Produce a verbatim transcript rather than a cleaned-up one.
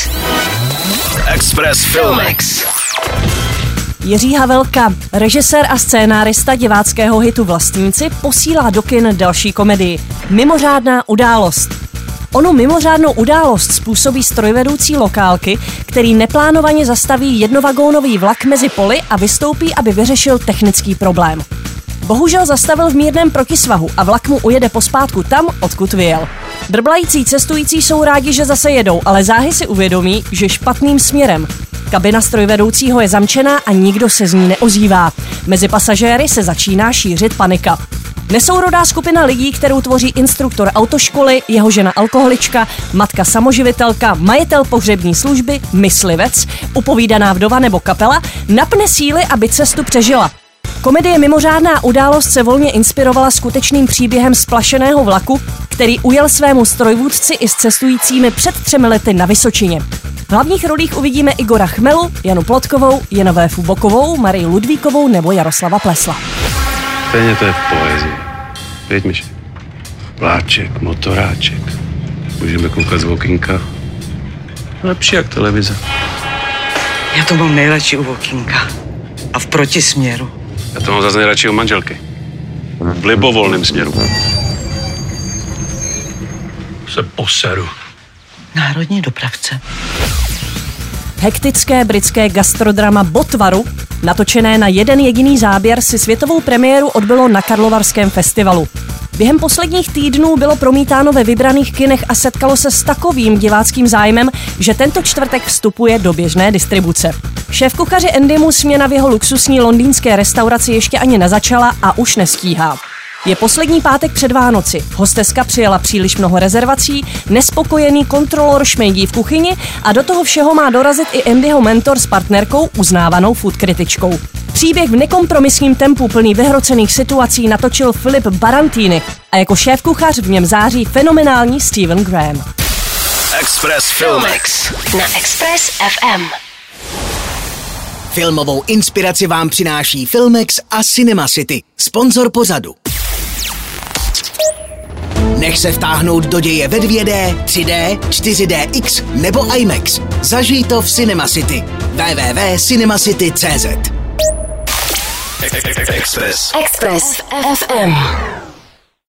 Express Filmex. Jiří Havelka, režisér a scénárista diváckého hitu Vlastníci, posílá do kin další komedii Mimořádná událost. Onu mimořádnou událost způsobí strojvedoucí lokálky, který neplánovaně zastaví jednovagónový vlak mezi poli a vystoupí, aby vyřešil technický problém. Bohužel zastavil v mírném protisvahu a vlak mu ujede pospátku tam, odkud vyjel. Drblající cestující jsou rádi, že zase jedou, ale záhy si uvědomí, že špatným směrem. Kabina strojvedoucího je zamčená a nikdo se z ní neozývá. Mezi pasažéry se začíná šířit panika. Nesourodá skupina lidí, kterou tvoří instruktor autoškoly, jeho žena alkoholička, matka samoživitelka, majitel pohřební služby, myslivec, upovídaná vdova nebo kapela, napne síly, aby cestu přežila. Komedie Mimořádná událost se volně inspirovala skutečným příběhem splašeného vlaku, který ujel svému strojvůdci i s cestujícími před třemi lety na Vysočině. V hlavních rolích uvidíme Igora Chmelu, Janu Plotkovou, Jenovéfu Bokovou, Marii Ludvíkovou nebo Jaroslava Plesla. Stejně to je poezie. Pěť myši. Vláček, motoráček. Můžeme koukat z okýnka. Lepší jak televize. Já to mám nejradši u okýnka. A v protisměru. Já to mám zase nejradši u manželky. V libovolném směru. Se poseru. Národní dopravce. Hektické britské gastrodrama Botvaru, natočené na jeden jediný záběr, si světovou premiéru odbylo na Karlovarském festivalu. Během posledních týdnů bylo promítáno ve vybraných kinech a setkalo se s takovým diváckým zájmem, že tento čtvrtek vstupuje do běžné distribuce. Šéfkuchaři Andymu směna v jeho luxusní londýnské restauraci ještě ani nezačala a už nestíhá. Je poslední pátek před Vánoci, hosteska přijela příliš mnoho rezervací, nespokojený kontrolor šmejdí v kuchyni a do toho všeho má dorazit i Andyho mentor s partnerkou, uznávanou food kritičkou. Příběh v nekompromisním tempu plný vyhrocených situací natočil Filip Barantini a jako šéfkuchař v něm září fenomenální Stephen Graham. Express Filmex na Express F M. Filmovou inspiraci vám přináší Filmex a Cinema City, sponzor pořadu. Nech se vtáhnout do děje ve dvě dé, tři dé, čtyři dé X nebo IMAX. Zažij to v Cinema City. w w w tečka cinemacity tečka cé zet. Express Express F M.